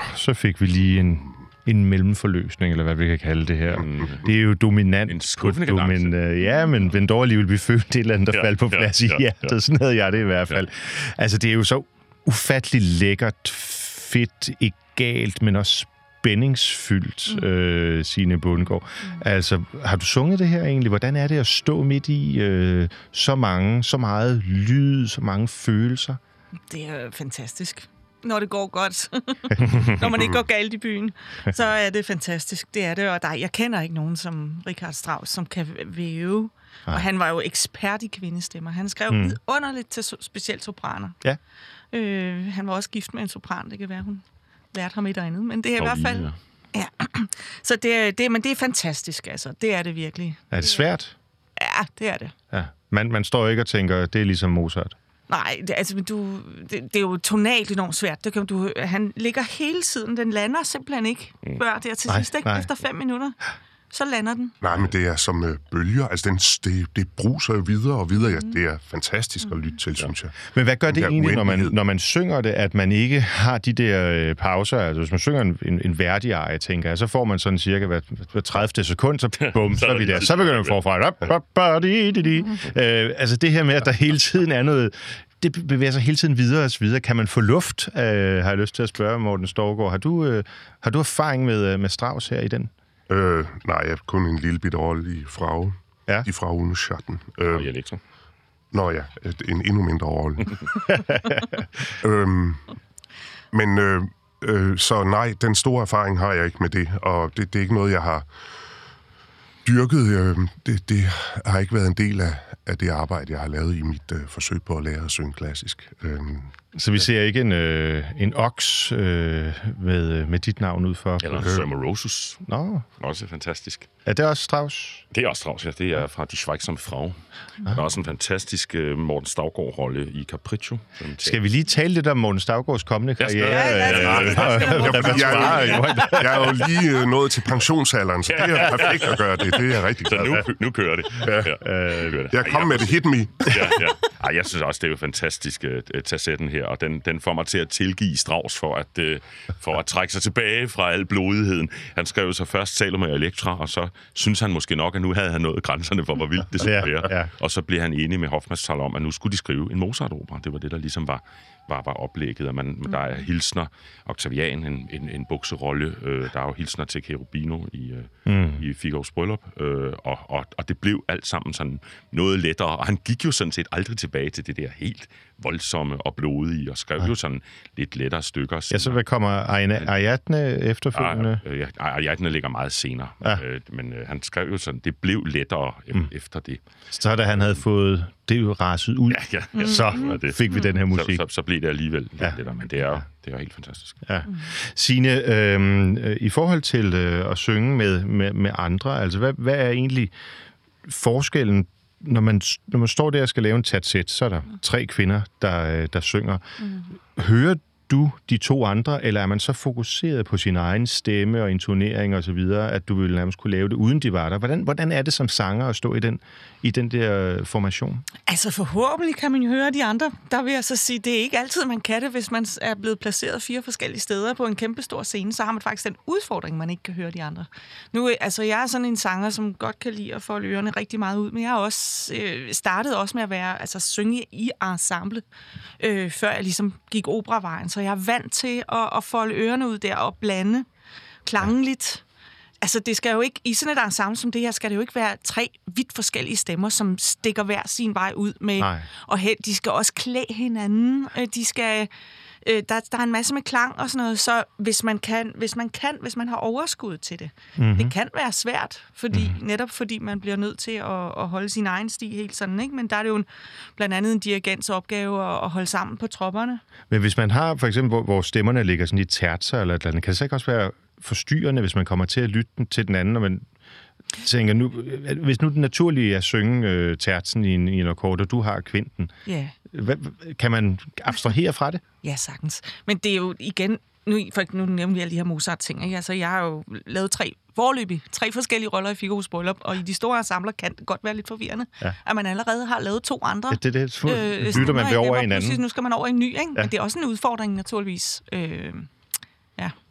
så fik vi lige en mellemforløsning, eller hvad vi kan kalde det her. Det er jo dominant. En skuffende ja, men den dog alligevel blive født et eller andet, der faldt på plads i hjertet. Sådan havde jeg det i hvert fald. Ja. Altså, det er jo så ufatteligt lækkert, fedt, ikke galt, men også spændingsfyldt, Signe Bundgaard. Altså, har du sunget det her egentlig? Hvordan er det at stå midt i så meget lyd, så mange følelser? Det er fantastisk. Når det går godt. Når man ikke går galt i byen, så er det fantastisk. Det er det, og jeg kender ikke nogen som Richard Strauss, som kan væve. Og han var jo ekspert i kvindestemmer. Han skrev vidunderligt til specielt sopraner. Ja. Han var også gift med en sopran. Det kan være, hun lærte ham et eller andet. Men det er i hvert fald... Ja. Så men det er fantastisk, altså. Det er det virkelig. Er det svært? Ja, det er det. Ja. Man står ikke og tænker, det er ligesom Mozart. Nej, det er jo tonalt enormt svært. Han ligger hele tiden. Den lander simpelthen ikke før der til sidst. Ikke? Efter 5 minutter, så lander den. Nej, men det er som bølger. Altså, det bruser jo videre og videre. Ja, det er fantastisk at lytte til, synes jeg. Men hvad gør det egentlig, når man synger det, at man ikke har de der pauser? Altså, hvis man synger en værdig arie, tænker jeg, så får man sådan cirka hver 30. sekund, så bum, så er vi der. Så begynder vi forfra. Altså, det her med, at der hele tiden er noget... Det bevæger sig hele tiden videre og så videre. Kan man få luft? Har jeg lyst til at spørge Morten Storgård. Har du erfaring med Strauss her i den? Nej, jeg har kun en lille bitte rolle i Frau. Ja. I Frauenes Schatten. Og i Elektra. Nå ja, en endnu mindre rolle. Så nej, den store erfaring har jeg ikke med det. Og det er ikke noget, jeg har dyrket. Det har ikke været en del af det arbejde, jeg har lavet i mit forsøg på at lære at synge klassisk. Så vi ser ikke en oks med dit navn ud for? Eller Sermorosus. Nå. Også fantastisk. Er det også Strauss? Det er også Strauss, ja. Det er fra Die Schweigsame Frau. Der er også en fantastisk Morten Staugaard-rolle i Capriccio. Skal vi lige tale lidt om Morten Staugaards kommende karriere? Jeg er jo lige nået til pensionsalderen, så det er perfekt at gøre det. Det er rigtig glad. Så nu kører det. Jeg kom med det hit me. Ej, jeg synes også, det er jo fantastisk at tage sætten her, og den får mig til at tilgive Strauss for at trække sig tilbage fra al blodigheden. Han skrev så først Salome og Elektra, og så synes han måske nok, at nu havde han nået grænserne for, hvor vildt det skulle være. Ja. Og så blev han enig med Hofmannsthal om, at nu skulle de skrive en Mozart-opera. Det var det, der ligesom var oplægget. Og der er Hilsner, Octavian, en bukserolle. Der er jo Hilsner til Cherubino i Figaros bryllup. Og det blev alt sammen sådan noget lettere. Og han gik jo sådan set aldrig tilbage til det der helt voldsomme og blodige, og skrev jo sådan lidt lettere stykker. Ja, så hvad kommer Ariadne efterfølgende? Ariadne ligger meget senere. Ja. Men han skrev jo sådan, det blev lettere efter det. Så da han havde fået det jo raset ud, så fik vi den her musik. Så blev det alligevel lettere, men det er jo helt fantastisk. Ja. Signe, i forhold til at synge med andre, altså hvad er egentlig forskellen, når man står der og skal lave en tæt-sæt, så er der 3 kvinder, der synger. Hører du de 2 andre, eller er man så fokuseret på sin egen stemme og intonering og så videre, at du ville nærmest kunne lave det, uden de var der? Hvordan er det som sanger at stå i den der formation? Altså forhåbentlig kan man jo høre de andre. Der vil jeg så sige, det er ikke altid, man kan det, hvis man er blevet placeret 4 forskellige steder på en kæmpe stor scene, så har man faktisk den udfordring, man ikke kan høre de andre. Nu, altså jeg er sådan en sanger, som godt kan lide at få ørerne rigtig meget ud, men jeg har også startet også med at synge i ensemble, før jeg ligesom gik operavejen, så jeg er vant til at folde ørerne ud der og blande klangeligt. Altså, det skal jo ikke, i sådan et ensemble som det her, skal det jo ikke være 3 vidt forskellige stemmer, som stikker hver sin vej ud med. Og de skal også klæde hinanden. De skal, der er en masse med klang og sådan noget, så hvis man har overskud til det. Det kan være svært, netop fordi man bliver nødt til at holde sin egen sti helt sådan, ikke? Men der er det jo blandt andet en dirigents opgave at holde sammen på tropperne. Men hvis man har, for eksempel, hvor stemmerne ligger sådan i tertser eller et eller andet, kan det så ikke også være forstyrrende, hvis man kommer til at lytte til den anden, og man tænker, hvis nu den naturlige er at synge tertsen i en akkord, og du har kvinten, kan man abstrahere fra det? Ja, sagtens. Men det er jo igen, nu nævner vi alle de her Mozart-ting, ikke? Altså, jeg har jo lavet 3 forskellige roller i Figaros bryllup, og i de store ensembler kan det godt være lidt forvirrende, at man allerede har lavet 2 andre. Ja, det lytter man ved over en anden. Nu skal man over i en ny, ikke? Men det er også en udfordring, naturligvis.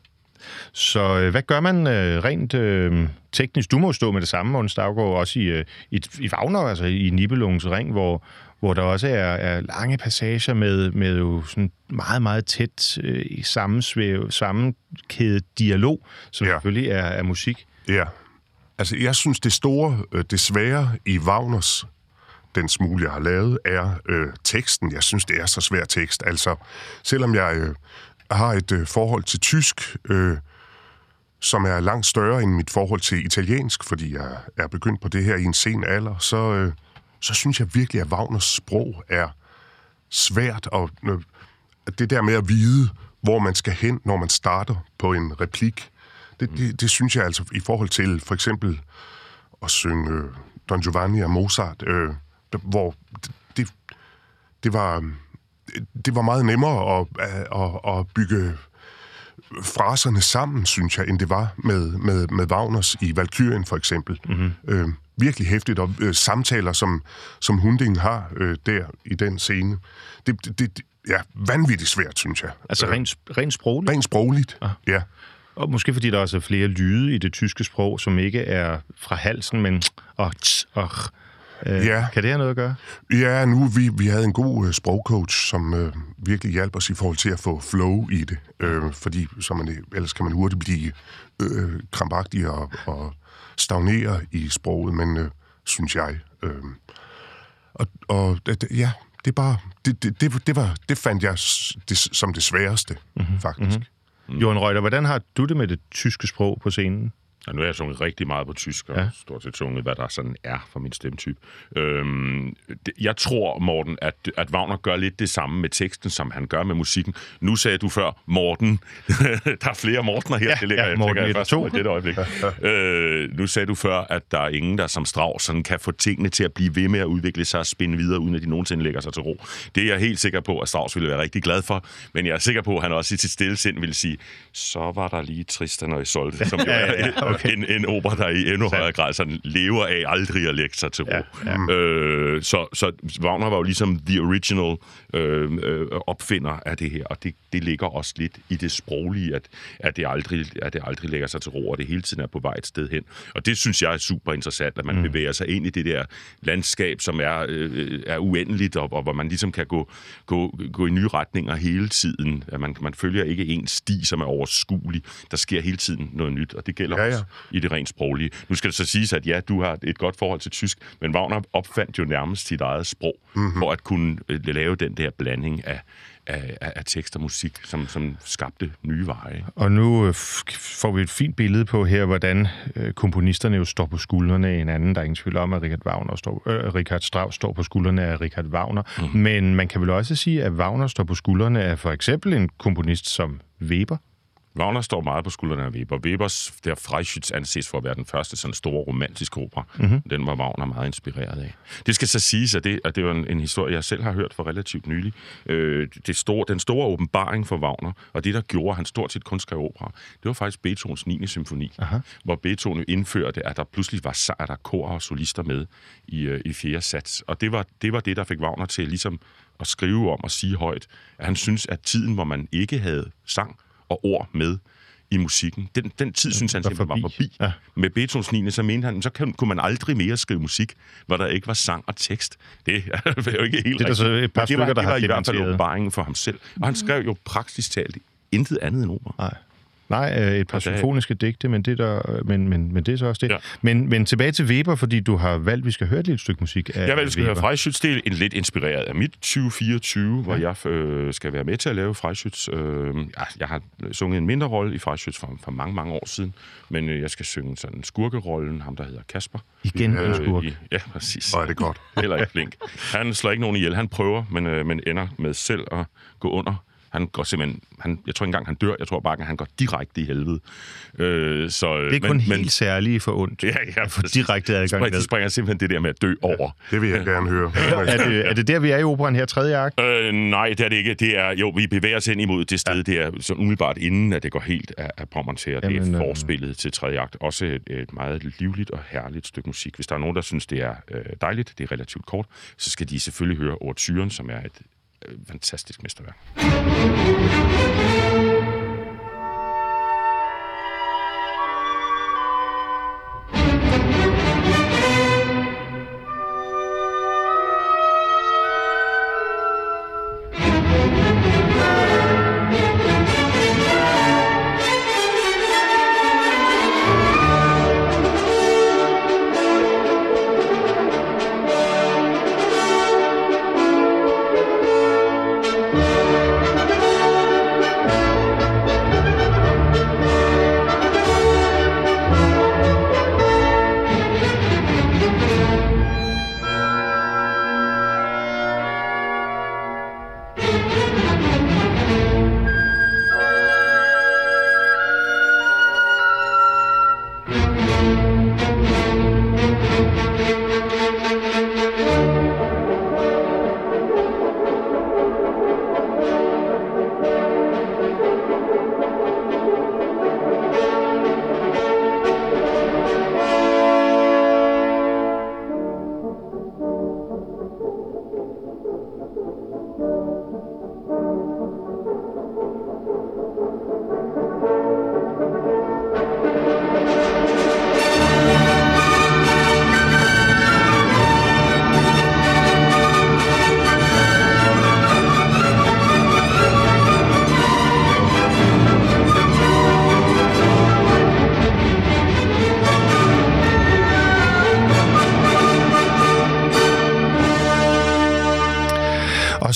Så hvad gør man rent teknisk? Du må stå med det samme, Mogens Daugaard, også i Wagner, altså i Nibelungens Ring, hvor der også er lange passager med jo sådan meget, meget tæt sammenkædet dialog, som selvfølgelig er musik. Ja. Altså, jeg synes, det svære i Wagners, den smule, jeg har lavet, er teksten. Jeg synes, det er så svær tekst. Altså, selvom jeg har et forhold til tysk, som er langt større end mit forhold til italiensk, fordi jeg er begyndt på det her i en sen alder, så synes jeg virkelig, at Wagners sprog er svært. Og det der med at vide, hvor man skal hen, når man starter på en replik, det synes jeg altså i forhold til for eksempel at synge Don Giovanni af Mozart, hvor det var meget nemmere at bygge fraserne sammen, synes jeg, end det var med Wagners i Valkyrien for eksempel. Mm-hmm. Virkelig hæftigt, og samtaler, som Hunding har der i den scene. Det er vanvittigt svært, synes jeg. Altså rent sprogligt? Rent sprogligt, ja. Og måske fordi der også er flere lyde i det tyske sprog, som ikke er fra halsen, men ja. Kan det have noget at gøre? Ja, vi havde en god sprogcoach, som virkelig hjalp os i forhold til at få flow i det. Fordi ellers kan man hurtigt blive krampagtig og stagnere i sproget, men synes jeg. Det fandt jeg som det sværeste, faktisk. Mm-hmm. Johan Reuter, hvordan har du det med det tyske sprog på scenen? Ja, nu har jeg sunget rigtig meget på tysk, og stort set sunget, hvad der sådan er for min stemmetype. Jeg tror, Morten, at Wagner gør lidt det samme med teksten, som han gør med musikken. Nu sagde du før, Morten. Der er flere Mortener her. Det ligger, Morten 1 og 2. I dette øjeblik. Nu sagde du før, at der er ingen, der som Strauss sådan kan få tingene til at blive ved med at udvikle sig og spænde videre, uden at de nogensinde lægger sig til ro. Det er jeg helt sikker på, at Strauss ville være rigtig glad for, men jeg er sikker på, at han også i sit stille sind ville sige, så var der lige Tristan og Isolde, som jo er en opera, der i endnu højere grad sådan lever af aldrig at lægge sig til ro. Så Wagner var jo ligesom the original opfinder af det her, og det ligger også lidt i det sproglige, at det aldrig lægger sig til ro, og det hele tiden er på vej et sted hen. Og det synes jeg er super interessant, at man bevæger sig ind i det der landskab, som er uendeligt, og hvor man ligesom kan gå i nye retninger hele tiden. At man følger ikke en sti, som er overskuelig. Der sker hele tiden noget nyt, og det gælder også i det rent sproglige. Nu skal det så siges, at du har et godt forhold til tysk, men Wagner opfandt jo nærmest sit eget sprog, for at kunne lave den der blanding af tekst og musik, som skabte nye veje. Og nu får vi et fint billede på her, hvordan komponisterne jo står på skuldrene af hinanden. Der er ingen tvivl om, at Richard Strauss står på skuldrene af Richard Wagner. Men man kan vel også sige, at Wagner står på skuldrene af for eksempel en komponist som Weber? Wagner står meget på skuldrene af Weber. Webers der Freischütz anses for at være den første sådan store romantiske opera. Den var Wagner meget inspireret af. Det skal så siges, at det er en historie, jeg selv har hørt for relativt nylig. Den store åbenbaring for Wagner, og det, der gjorde, at han stort set kun skrev opera, det var faktisk Beethovens 9. symfoni, hvor Beethoven jo indførte, at der pludselig var kor og solister med i fjerde sats. Og det var det, der fik Wagner til ligesom at skrive om og sige højt, at han synes, at tiden, hvor man ikke havde sang og ord med i musikken. Den tid, synes han simpelthen var forbi. Ja. Med Beethovens 9. så mente han, så kunne man aldrig mere skrive musik, hvor der ikke var sang og tekst. Det er jo ikke helt rigtigt. Så et par stykker, der har i hvert fald åbenbaringen for ham selv. Og han skrev jo praktisk talt intet andet end opera. Nej, et par symfoniske digte, men det er så også det. Ja. Men tilbage til Weber, fordi du har valgt, vi skal høre et lille stykke musik af Weber. Jeg valgte, vi skal høre Freischütz. Det er lidt inspireret af mit 2024, hvor jeg skal være med til at lave Freischütz. Jeg har sunget en mindre rolle i Freischütz for mange, mange år siden, men jeg skal synge sådan skurkerollen, ham der hedder Kasper. Igen en skurk. Ja, præcis. Og er det godt. Heller ikke flink. Han slår ikke nogen ihjel. Han prøver, men ender med selv at gå under. Han går simpelthen, jeg tror ikke engang, han dør. Jeg tror bare, at han går direkte i helvede. Det er kun helt særligt for ondt. Ja, for direkte adgang. De springer simpelthen det der med at dø over. Det vil jeg gerne høre. Er det der, vi er i operan her, tredje akt? Nej, det er det ikke. Det er, vi bevæger os hen imod det sted, det er så umiddelbart inden, at det går helt af Pommern til, og det er forspillet til tredje akt. Også et meget livligt og herligt stykke musik. Hvis der er nogen, der synes, det er dejligt, det er relativt kort, så skal de selvfølgelig høre Ouverturen, som er et fantastisk mesterværk.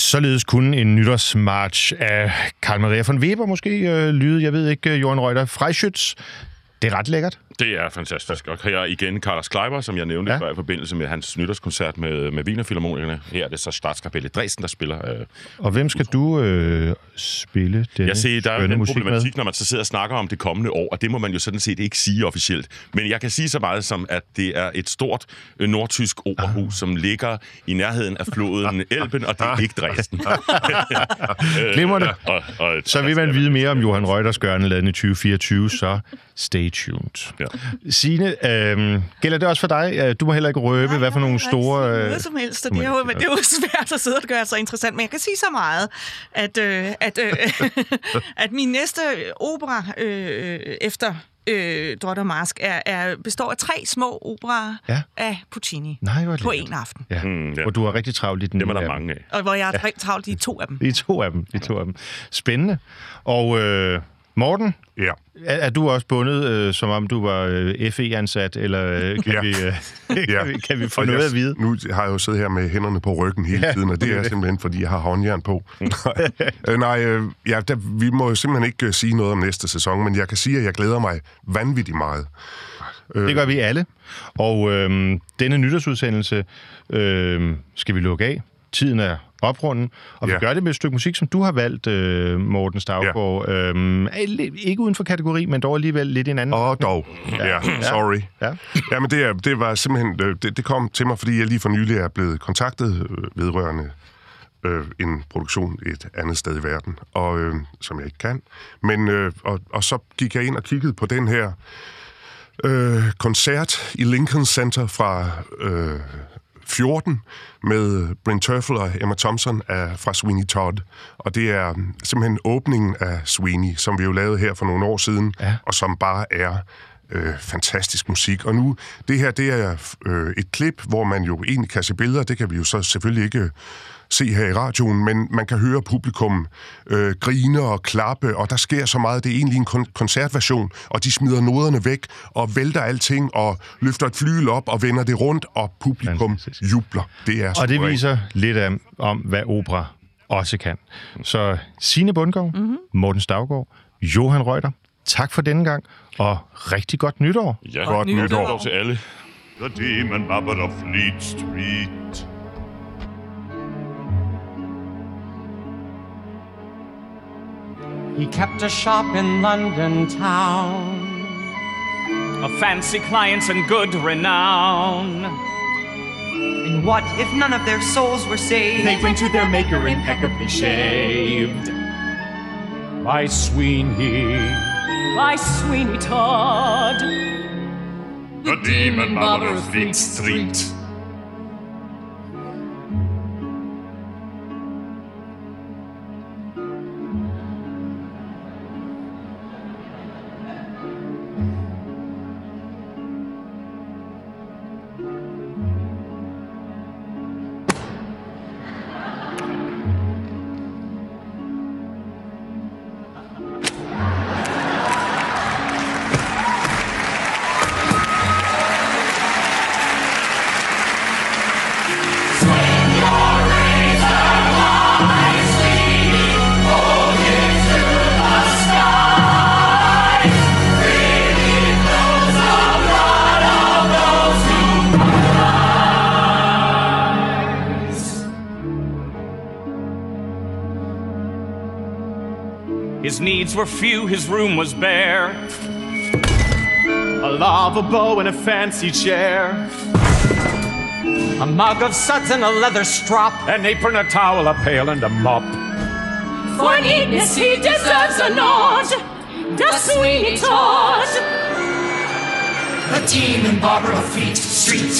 Således kunne en nytårsmarch af Carl Maria von Weber måske lyde, jeg ved ikke, Johan Reuter, Freischütz. Det er ret lækkert. Det er fantastisk. Og her igen Carlos Kleiber, som jeg nævnte før i forbindelse med hans nytårskoncert med Wiener Philharmonikerne. Her er det så Statskapellet Dresden, der spiller. Og hvem skal du spille denne jeg siger, der er en problematik, med? når man så sidder og snakker om det kommende år, og det må man jo sådan set ikke sige officielt. Men jeg kan sige så meget som, at det er et stort nordtysk operahus, som ligger i nærheden af floden Elben, og det er ikke Dresden. Glimmer det. Så vil man vide mere om Johan Reuters gørneladen i 2024, så stay tuned. Ja. Signe, gælder det også for dig? Du må heller ikke røbe, hvad for nogle store... Noget som helst, det er jo svært at sidde og gøre så interessant, men jeg kan sige så meget, at min næste opera efter Drot og Marsk består af 3 små operaer af Puccini på en aften. Ja. Og du har rigtig travlt i den. Dem er der mange af. Og hvor jeg har travlt i 2 af dem. I to af dem. Spændende. Og Morten, er du også bundet, som om du var FE-ansat, eller kan vi få noget at vide? Nu har jeg jo siddet her med hænderne på ryggen hele tiden, og det er simpelthen, fordi jeg har håndjern på. Vi må jo simpelthen ikke sige noget om næste sæson, men jeg kan sige, at jeg glæder mig vanvittigt meget. Det gør vi alle. Og denne nytårsudsendelse skal vi lukke af. Tiden er oprunden, og vi gør det med et stykke musik, som du har valgt, Morten Staugaard. Ikke uden for kategori, men dog alligevel lidt en anden. Dog. Sorry. Ja, men det var simpelthen... Det kom til mig, fordi jeg lige for nylig er blevet kontaktet vedrørende en produktion et andet sted i verden, og som jeg ikke kan. Men, og så gik jeg ind og kiggede på den her koncert i Lincoln Center fra 14 med Bryn Terfel og Emma Thompson fra Sweeney Todd. Og det er simpelthen åbningen af Sweeney, som vi jo lavede her for nogle år siden, og som bare er fantastisk musik. Og nu, det her, det er et klip, hvor man jo egentlig kan se billeder. Det kan vi jo så selvfølgelig ikke se her i radioen, men man kan høre publikum grine og klappe, og der sker så meget. Det er egentlig en koncertversion, og de smider noderne væk og vælter alting og løfter et flygel op og vender det rundt, og publikum jubler. Det er og det viser lidt om, hvad opera også kan. Så Signe Bundgaard, Morten Staugaard, Johan Reuter, tak for denne gang, og rigtig godt nytår. Ja, godt nytår til alle. The Demon Barber of Fleet Street. He kept a shop in London town, of fancy clients and good renown. And what if none of their souls were saved? They went to their maker impeccably shaved. By Sweeney Todd, the Demon Barber of Fleet Street. His needs were few, his room was bare. A lava bow and a fancy chair. A mug of suds and a leather strop. An apron, a towel, a pail, and a mop. For neatness he deserves a nod. The Sweeney Todd. The Demon Barber of Fleet Street.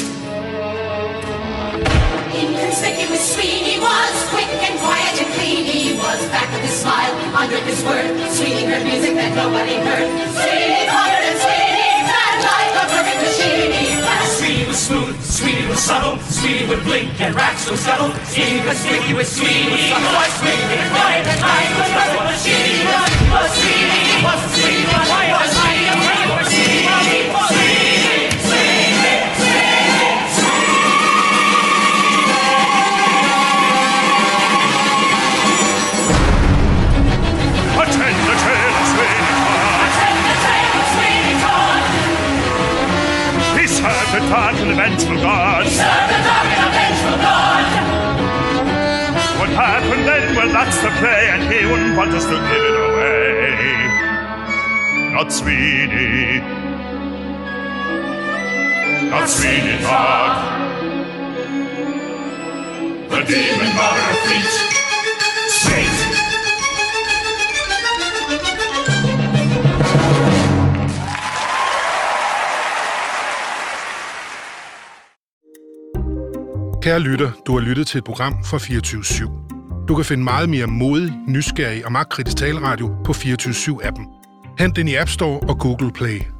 Inconspicuous Sweeney was, quick and quiet and clean. He was back with his smile, under his word. Sweeney heard music that nobody heard. Sweeney hollered and Sweeney ran like a perfect machine. Sweeney was smooth, Sweeney was subtle. Sweeney would blink and rats would scuttle. Inconspicuous Sweeney was quick and quiet and clean. Was perfect machine. Was Sweeney, was Sweeney, was Sweeney, was Sweeney, was Sweeney. dark and a vengeful God. We serve the dark and a vengeful God. What happened then? Well, that's the play, and he wouldn't want us to give it away. Not Sweeney. Not Sweeney Todd. The demon mother of Fleet Street. Kære lytter, du har lyttet til et program fra 24/7. Du kan finde meget mere modig, nysgerrig og magtkritisk taleradio på 24/7-appen. Hent den i App Store og Google Play.